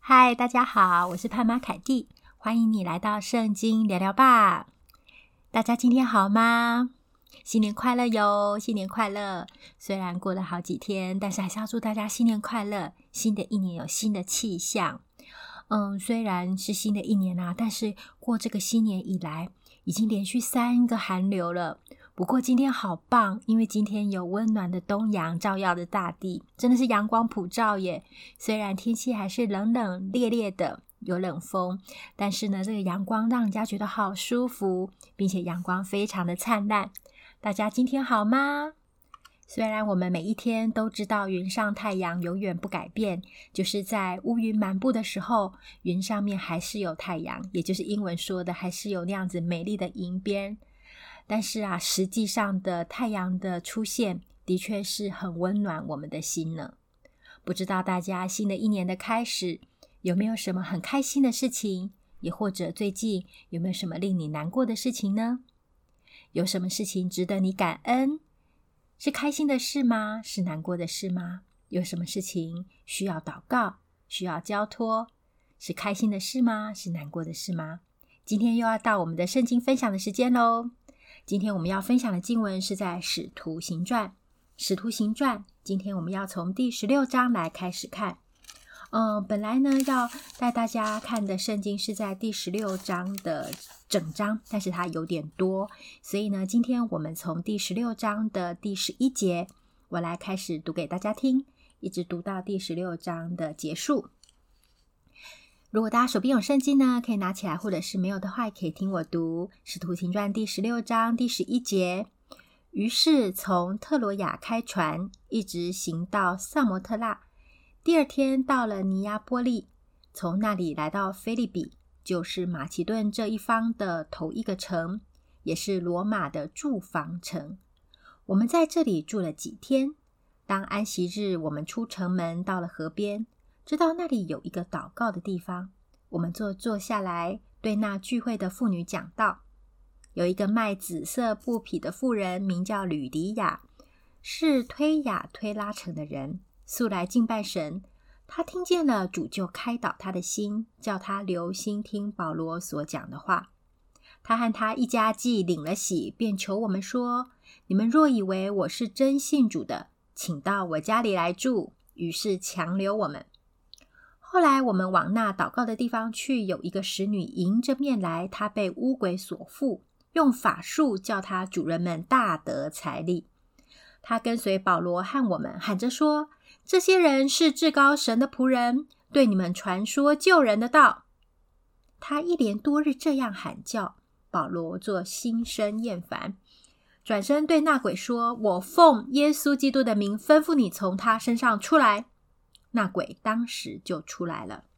嗨，大家好，我是潘妈凯蒂，欢迎你来到圣经聊聊吧。大家今天好吗？新年快乐哟，新年快乐。虽然过了好几天，但是还是要祝大家新年快乐，新的一年有新的气象。虽然是新的一年啊，但是过这个新年以来已经连续3个寒流了。不过今天好棒，因为今天有温暖的东阳照耀着大地，真的是阳光普照耶。虽然天气还是冷冷冽冽的，有冷风，但是呢，这个阳光让人家觉得好舒服，并且阳光非常的灿烂。大家今天好吗？虽然我们每一天都知道云上太阳永远不改变，就是在乌云满布的时候，云上面还是有太阳，也就是英文说的还是有那样子美丽的银边。但是啊，实际上的太阳的出现的确是很温暖我们的心呢。不知道大家新的一年的开始有没有什么很开心的事情，也或者最近有没有什么令你难过的事情呢？有什么事情值得你感恩？是开心的事吗？是难过的事吗？有什么事情需要祷告，需要交托？是开心的事吗？是难过的事吗？今天又要到我们的圣经分享的时间咯。今天我们要分享的经文是在使徒行传。使徒行传，今天我们要从第16章来开始看。本来呢要带大家看的圣经是在第16章的整章，但是它有点多，所以呢今天我们从第16章的第11节我来开始读给大家听，一直读到第16章的结束。如果大家手边有圣经呢，可以拿起来，或者是没有的话，也可以听我读使徒行传第16章第11节。于是从特罗亚开船，一直行到萨摩特纳，第2天到了尼亚波利，从那里来到腓立比，就是马其顿这一方的头一个城，也是罗马的住房城。我们在这里住了几天，当安息日，我们出城门到了河边，知道那里有一个祷告的地方，我们就坐下来，对那聚会的妇女讲道。有一个卖紫色布匹的妇人，名叫吕迪亚，是推雅推拉城的人，素来敬拜神。他听见了，主就开导他的心，叫他留心听保罗所讲的话。他和他一家既领了洗，便求我们说：你们若以为我是真信主的，请到我家里来住。于是强留我们。后来我们往那祷告的地方去，有一个使女迎着面来，她被污鬼所附，用法术叫她主人们大得财力。她跟随保罗和我们，喊着说：这些人是至高神的仆人，对你们传说救人的道。她一连多日这样喊叫，保罗就心生厌烦，转身对那鬼说：我奉耶稣基督的名吩咐你从他身上出来。那鬼当时就出来了。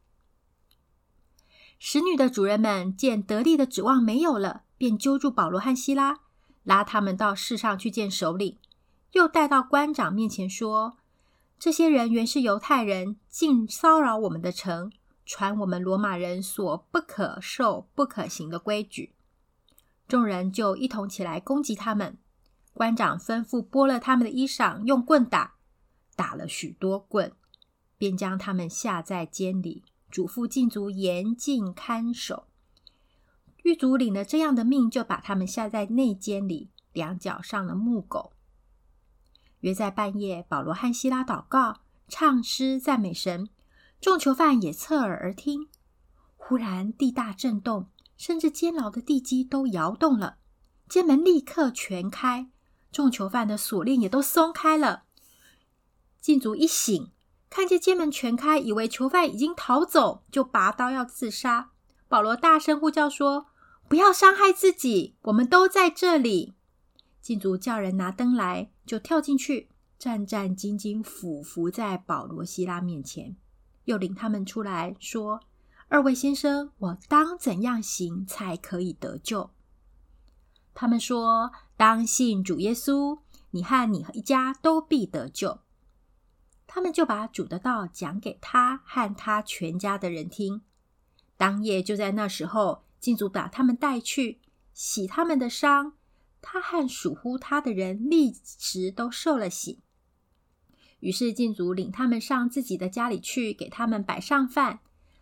使女的主人们见得力的指望没有了，便揪住保罗和西拉，拉他们到市上去见首领，又带到官长面前说：这些人原是犹太人，竟骚扰我们的城，传我们罗马人所不可受不可行的规矩。众人就一同起来攻击他们。官长吩咐剥了他们的衣裳，用棍打，打了许多棍，便将他们下在监里，嘱咐禁足严禁看守。狱卒领了这样的命，就把他们下在内监里，两脚上了木狗。约在半夜，保罗和西拉祷告，唱诗赞美神，众囚犯也侧耳而听。忽然地大震动，甚至监牢的地基都摇动了，监门立刻全开，众囚犯的锁链也都松开了。禁足一醒，看见监门全开，以为囚犯已经逃走，就拔刀要自杀。保罗大声呼叫说：不要伤害自己，我们都在这里。禁足叫人拿灯来，就跳进去，战战兢兢俯伏在保罗西拉面前，又领他们出来说：二位先生，我当怎样行才可以得救？他们说：当信主耶稣，你和你一家都必得救。他们就把主的道讲给他和他全家的人听。当夜就在那时候，禁足把他们带去，洗他们的伤，他和属乎他的人立时都受了洗。于是禁足领他们上自己的家里去，给他们摆上饭。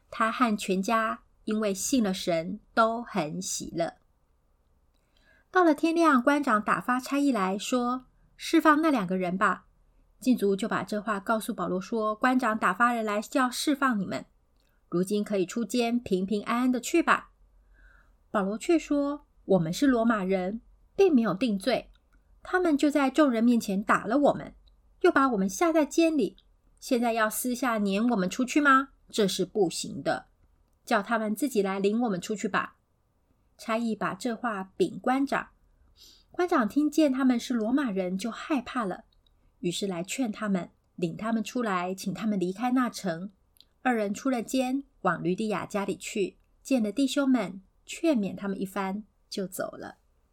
他和全家因为信了神都很喜乐。到了天亮，官长打发差役来说，释放那2个人吧。禁足就把这话告诉保罗说，官长打发人来叫释放你们，如今可以出监，平平安安的去吧。保罗却说，我们是罗马人，并没有定罪，他们就在众人面前打了我们，又把我们下在监里，现在要私下撵我们出去吗？这是不行的，叫他们自己来领我们出去吧。差役把这话禀官长，官长听见他们是罗马人，就害怕了，于是来劝他们，领他们出来，请他们离开那城。2人出了监，往吕底亚家里去，见了弟兄们，劝勉他们一番，就走了。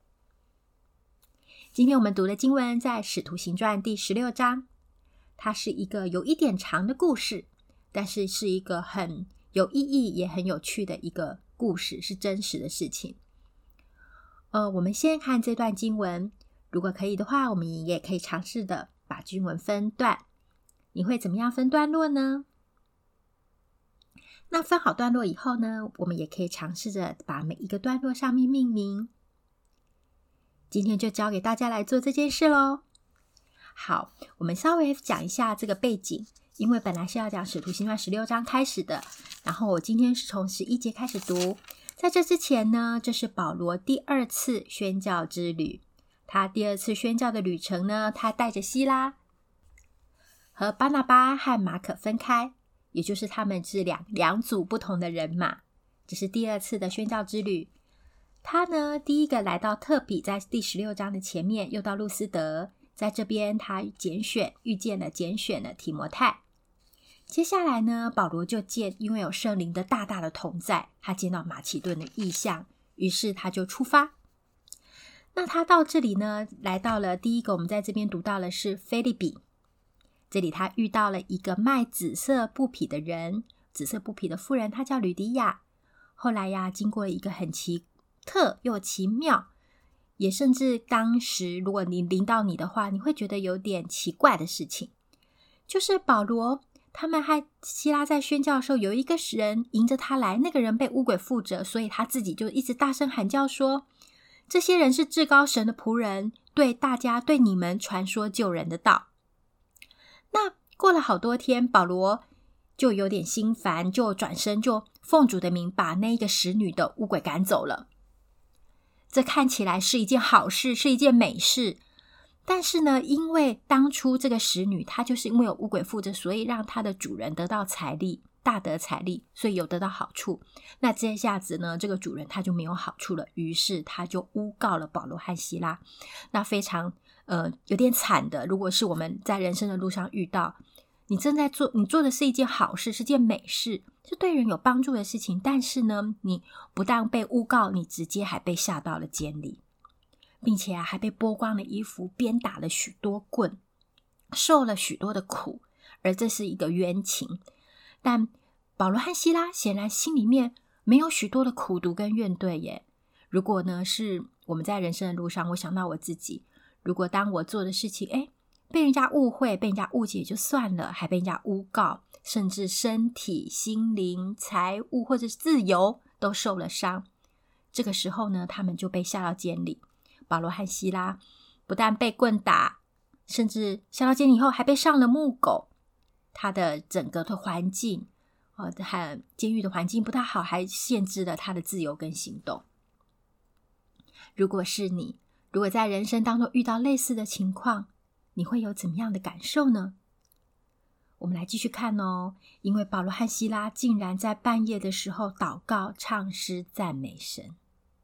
今天我们读的经文在使徒行传第16章，它是一个有一点长的故事，但是是一个很有意义也很有趣的一个故事，是真实的事情。我们先看这段经文，如果可以的话，我们也可以尝试的把经文分段。你会怎么样分段落呢？那分好段落以后呢，我们也可以尝试着把每一个段落上面命名。今天就交给大家来做这件事咯。好，我们稍微讲一下这个背景，因为本来是要讲使徒行传16章开始的，然后我今天是从11节开始读。在这之前呢，这是保罗第2次宣教之旅。他第2次宣教的旅程呢，他带着希拉和巴拿巴和马可分开，也就是他们是两组不同的人马。这是第2次的宣教之旅。他呢，第一个来到特比，在第16章的前面，又到路斯德，在这边他拣选了提摩太。接下来呢，保罗就因为有圣灵的大大的同在，他见到马其顿的异象，于是他就出发。那他到这里呢，来到了第一个我们在这边读到的是腓立比，这里他遇到了一个卖紫色布匹的人，紫色布匹的妇人，她叫吕底亚。后来呀，经过一个很奇特又奇妙，也甚至当时如果你临到你的话，你会觉得有点奇怪的事情，就是保罗他们和希拉在宣教的时候，有一个人迎着他来，那个人被污鬼附着，所以他自己就一直大声喊叫说，这些人是至高神的仆人，对你们传说救人的道。那过了好多天，保罗就有点心烦，就转身就奉主的名把那一个使女的污鬼赶走了。这看起来是一件好事，是一件美事，但是呢，因为当初这个使女她就是因为有污鬼附着，所以让她的主人得到财力，大得财力，所以有得到好处。那这下子呢，这个主人他就没有好处了，于是他就诬告了保罗和希拉。那非常有点惨的，如果是我们在人生的路上遇到，你做的是一件好事，是件美事，是对人有帮助的事情，但是呢，你不但被诬告，你直接还被下到了监里，并且还被剥光了衣服，鞭打了许多棍，受了许多的苦，而这是一个冤情。但保罗和希拉显然心里面没有许多的苦毒跟怨怼耶。如果呢是我们在人生的路上，我想到我自己，如果当我做的事情被人家误会，被人家误解就算了，还被人家诬告，甚至身体、心灵、财物或者是自由都受了伤，这个时候呢，他们就被下到监里。保罗和希拉不但被棍打，甚至下到监里以后还被上了木狗。他的整个的环境和监狱的环境不太好，还限制了他的自由跟行动。如果是你，如果在人生当中遇到类似的情况，你会有怎么样的感受呢？我们来继续看哦。因为保罗和希拉竟然在半夜的时候祷告、唱诗、赞美神。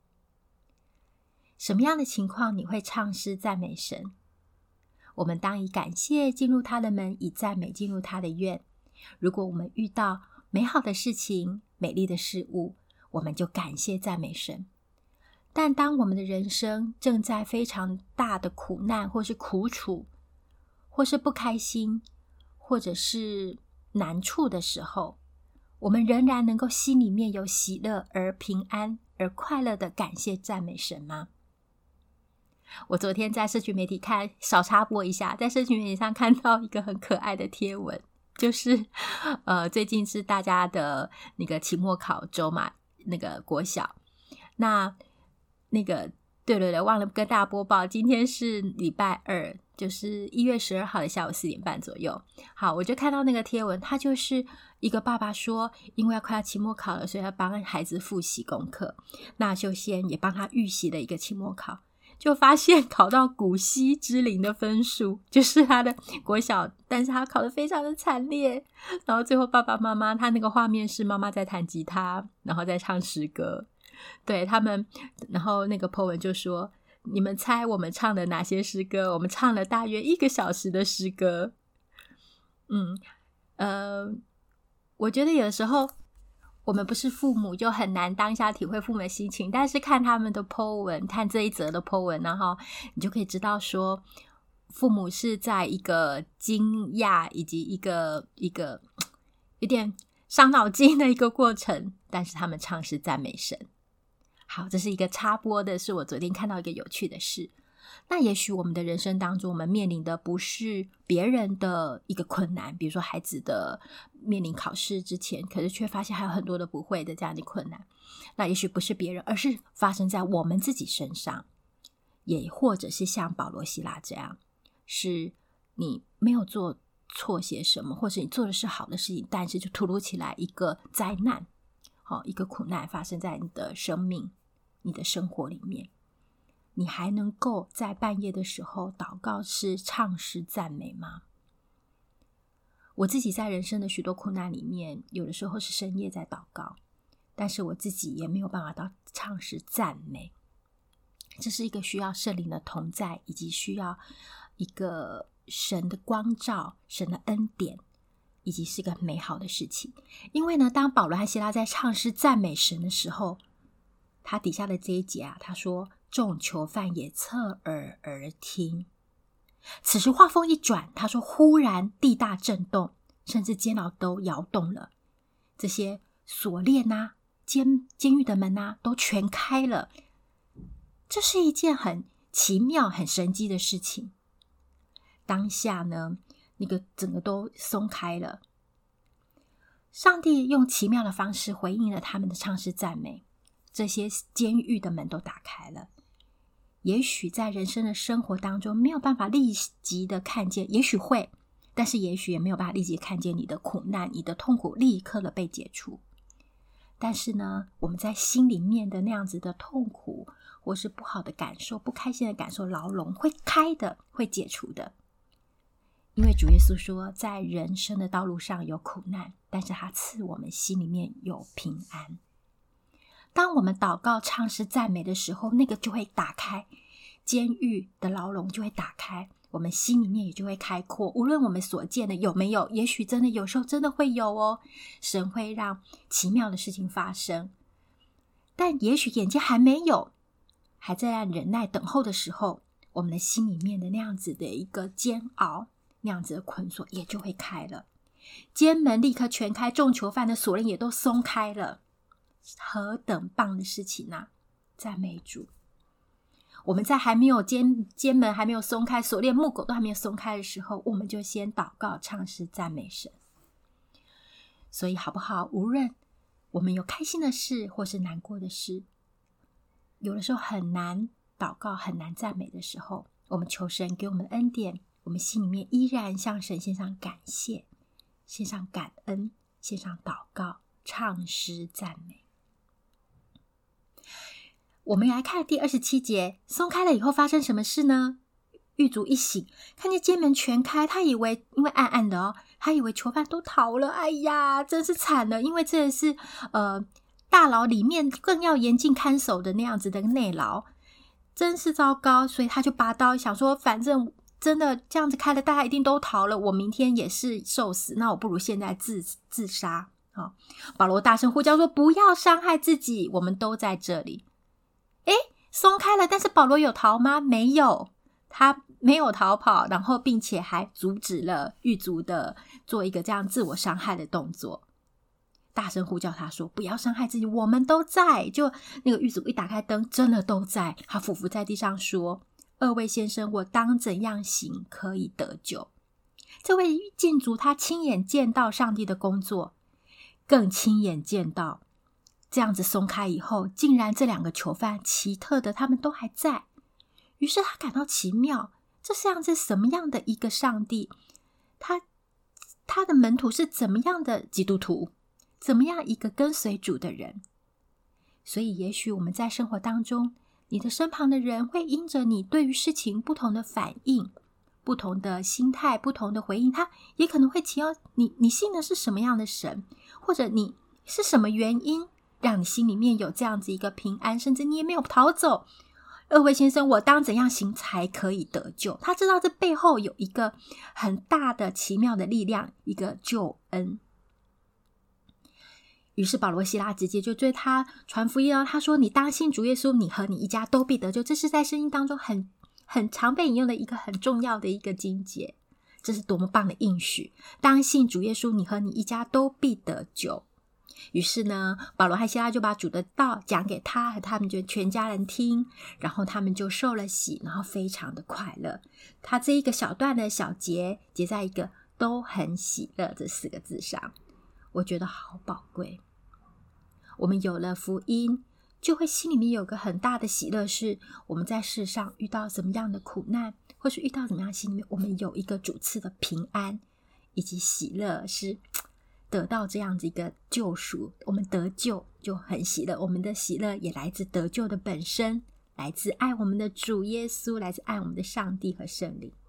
什么样的情况你会唱诗赞美神？我们当以感谢进入他的门，以赞美进入他的院。如果我们遇到美好的事情、美丽的事物，我们就感谢赞美神。但当我们的人生正在非常大的苦难，或是苦楚，或是不开心，或者是难处的时候，我们仍然能够心里面有喜乐而平安而快乐的感谢赞美神吗？我昨天在社群媒体少插播一下，在社群媒体上看到一个很可爱的贴文， 就是最近是大家的那个期末考周嘛，那个国小，那个对，忘了跟大家播报，今天是礼拜二，就是1月12号的下午4点半左右。好，我就看到那个贴文，他就是一个爸爸说，因为快要期末考了，所以要帮孩子复习功课，那就先也帮他预习了一个期末考，就发现考到古稀之龄的分数，就是他的国小，但是他考得非常的惨烈。然后最后爸爸妈妈，他那个画面是妈妈在弹吉他，然后在唱诗歌，对他们，然后那个 po 文就说，你们猜我们唱了哪些诗歌？我们唱了大约1个小时的诗歌。我觉得有的时候我们不是父母，就很难当下体会父母的心情，但是看他们的 po 文，看这一则的 po 文，然后你就可以知道说，父母是在一个惊讶以及一个有点伤脑筋的一个过程，但是他们唱诗赞美神。好，这是一个插播的，是我昨天看到一个有趣的事。那也许我们的人生当中，我们面临的不是别人的一个困难，比如说孩子的面临考试之前，可是却发现还有很多的不会的这样的困难。那也许不是别人，而是发生在我们自己身上，也或者是像保罗希拉这样，是你没有做错些什么，或是你做的是好的事情，但是就突如其来一个灾难，一个苦难发生在你的生命、你的生活里面，你还能够在半夜的时候祷告诗、唱诗赞美吗？我自己在人生的许多苦难里面，有的时候是深夜在祷告，但是我自己也没有办法到唱诗赞美。这是一个需要圣灵的同在，以及需要一个神的光照、神的恩典，以及是个美好的事情。因为呢，当保罗和希拉在唱诗赞美神的时候，他底下的这一节他说，众囚犯也侧耳而听。此时话锋一转，他说忽然地大震动，甚至监牢都摇动了，这些锁链监狱的门都全开了。这是一件很奇妙很神迹的事情。当下呢，那个整个都松开了，上帝用奇妙的方式回应了他们的唱诗赞美，这些监狱的门都打开了。也许在人生的生活当中没有办法立即的看见，也许会，但是也许也没有办法立即看见你的苦难、你的痛苦立刻的被解除。但是呢，我们在心里面的那样子的痛苦，或是不好的感受、不开心的感受、牢笼会开的，会解除的。因为主耶稣说，在人生的道路上有苦难，但是他赐我们心里面有平安。当我们祷告唱诗赞美的时候，那个就会打开，监狱的牢笼就会打开，我们心里面也就会开阔。无论我们所见的有没有，也许真的有时候真的会有哦，神会让奇妙的事情发生。但也许眼睛还没有，还在让忍耐等候的时候，我们的心里面的那样子的一个煎熬，那样子的捆锁也就会开了，监门立刻全开，众囚犯的锁链也都松开了。何等棒的事情啊！赞美主。我们在还没有监门还没有松开，锁链木狗都还没有松开的时候，我们就先祷告唱诗赞美神。所以好不好，无论我们有开心的事或是难过的事，有的时候很难祷告很难赞美的时候，我们求神给我们的恩典，我们心里面依然向神献上感谢，献上感恩，献上祷告，唱诗赞美。我们来看第27节，松开了以后发生什么事呢？狱卒一醒，看见监门全开，他以为因为暗暗的他以为囚犯都逃了，哎呀，真是惨了，因为这是大牢里面更要严禁看守的那样子的内牢，真是糟糕。所以他就拔刀想说，反正真的这样子开了，大家一定都逃了，我明天也是受死，那我不如现在自杀。保罗大声呼叫说，不要伤害自己，我们都在这里。松开了，但是保罗有逃吗？没有，他没有逃跑，然后并且还阻止了狱卒的做一个这样自我伤害的动作，大声呼叫他说，不要伤害自己，我们都在。就那个狱卒一打开灯，真的都在，他俯伏在地上说，二位先生，我当怎样行可以得救？ 这位禁足他亲眼见到上帝的工作，更亲眼见到这样子松开以后，竟然这2个囚犯奇特的他们都还在。于是他感到奇妙，这像是什么样的一个上帝，他的门徒是怎么样的基督徒，怎么样一个跟随主的人。所以也许我们在生活当中，你的身旁的人会因着你对于事情不同的反应，不同的心态，不同的回应，他也可能会提到你信的是什么样的神，或者你是什么原因让你心里面有这样子一个平安，甚至你也没有逃走。二位先生，我当怎样行才可以得救？他知道这背后有一个很大的奇妙的力量，一个救恩。于是保罗希拉直接就对他传福音，他说，你当信主耶稣，你和你一家都必得救。这是在圣经当中很常被引用的一个很重要的一个经节，这是多么棒的应许，当信主耶稣，你和你一家都必得救。于是呢，保罗和希拉就把主的道讲给他和他们就全家人听，然后他们就受了洗，然后非常的快乐。他这一个小段的小节结在一个都很喜乐这4个字上，我觉得好宝贵。我们有了福音，就会心里面有个很大的喜乐，是我们在世上遇到什么样的苦难，或是遇到怎么样的心里面，我们有一个主赐的平安以及喜乐，是得到这样子一个救赎。我们得救就很喜乐，我们的喜乐也来自得救的本身，来自爱我们的主耶稣，来自爱我们的上帝和圣灵。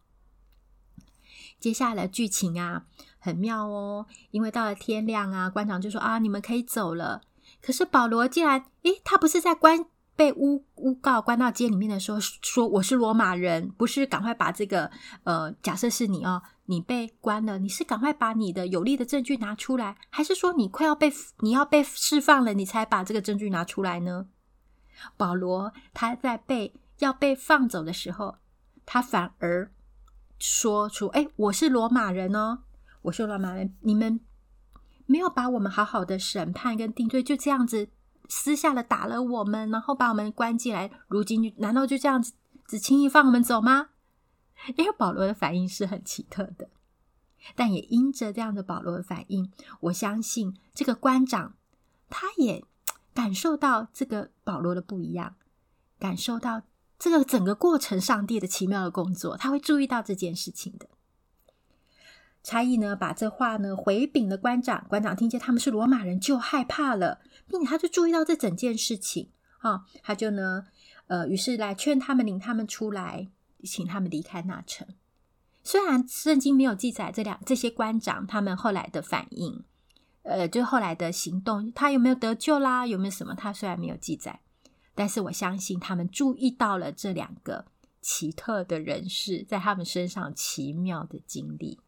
接下来的剧情啊很妙哦，因为到了天亮啊，官长就说你们可以走了。可是保罗竟然他不是在被诬告关到监里面的时候说我是罗马人，不是赶快把这个假设是你被关了，你是赶快把你的有力的证据拿出来，还是说你要被释放了你才把这个证据拿出来呢？保罗他在要被放走的时候，他反而说出我是罗马人哦，我是罗马人，你们没有把我们好好的审判跟定罪，就这样子私下的打了我们，然后把我们关进来，如今难道就这样子只轻易放我们走吗？因为保罗的反应是很奇特的，但也因着这样的保罗的反应，我相信这个官长他也感受到这个保罗的不一样，感受到这个整个过程上帝的奇妙的工作，他会注意到这件事情的。差役呢把这话呢回禀了官长，官长听见他们是罗马人就害怕了，并且他就注意到这整件事情他就呢于是来劝他们，领他们出来，请他们离开那城。虽然圣经没有记载这些官长他们后来的反应，就后来的行动，他有没有得救啦，有没有什么，他虽然没有记载，但是我相信他们注意到了这2个奇特的人士在他们身上奇妙的经历。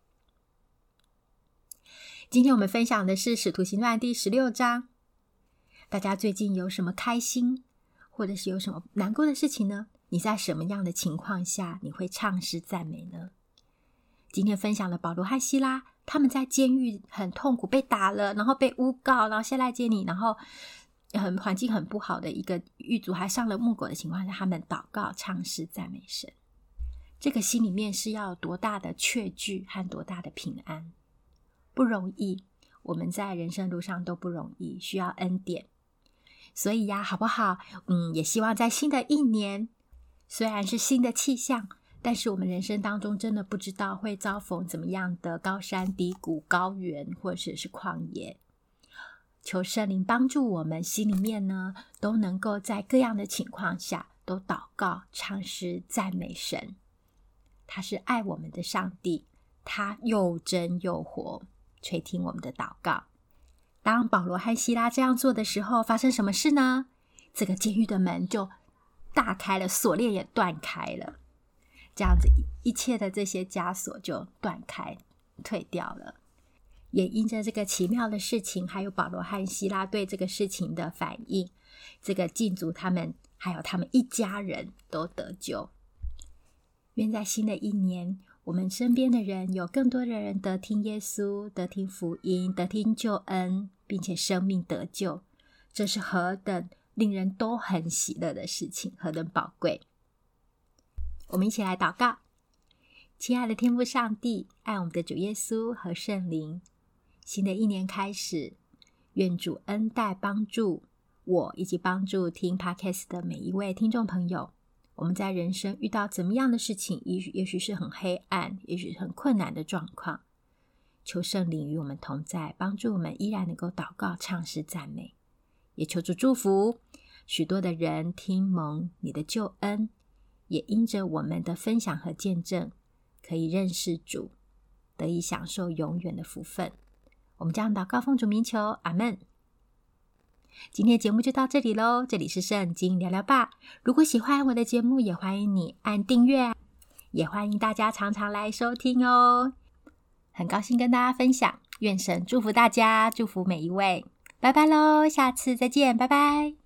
今天我们分享的是使徒行传第16章，大家最近有什么开心或者是有什么难过的事情呢？你在什么样的情况下你会唱诗赞美呢？今天分享了保罗和希拉，他们在监狱很痛苦，被打了，然后被诬告，然后下来监里，然后环境很不好的一个狱卒还上了木狗的情况下，他们祷告唱诗赞美神。这个心里面是要有多大的确据和多大的平安，不容易，我们在人生路上都不容易，需要恩典。所以好不好也希望在新的一年，虽然是新的气象，但是我们人生当中真的不知道会遭逢怎么样的高山低谷、高原或者是旷野。求圣灵帮助我们心里面呢，都能够在各样的情况下都祷告、唱诗、赞美神。他是爱我们的上帝，他又真又活，垂听我们的祷告。当保罗和希拉这样做的时候，发生什么事呢？这个监狱的门就大开了，锁链也断开了，这样子一切的这些枷锁就断开退掉了。也因着这个奇妙的事情，还有保罗和希拉对这个事情的反应，这个禁足他们还有他们一家人都得救。愿在新的一年，我们身边的人有更多的人得听耶稣，得听福音，得听救恩，并且生命得救，这是何等令人都很喜乐的事情，何等宝贵。我们一起来祷告。 亲爱的天父上帝，爱我们的主耶稣和圣灵，新的一年开始，愿主恩待帮助我以及帮助听 Podcast 的每一位听众朋友。我们在人生遇到怎么样的事情，也许是很黑暗，也许是很困难的状况，求圣灵与我们同在，帮助我们依然能够祷告、唱诗、赞美，也求主祝福许多的人听蒙你的救恩，也因着我们的分享和见证，可以认识主，得以享受永远的福分。我们将祷告奉主名求，阿们。今天的节目就到这里咯，这里是圣经聊聊吧。如果喜欢我的节目，也欢迎你按订阅，也欢迎大家常常来收听哦。很高兴跟大家分享，愿神祝福大家，祝福每一位。拜拜咯，下次再见，拜拜。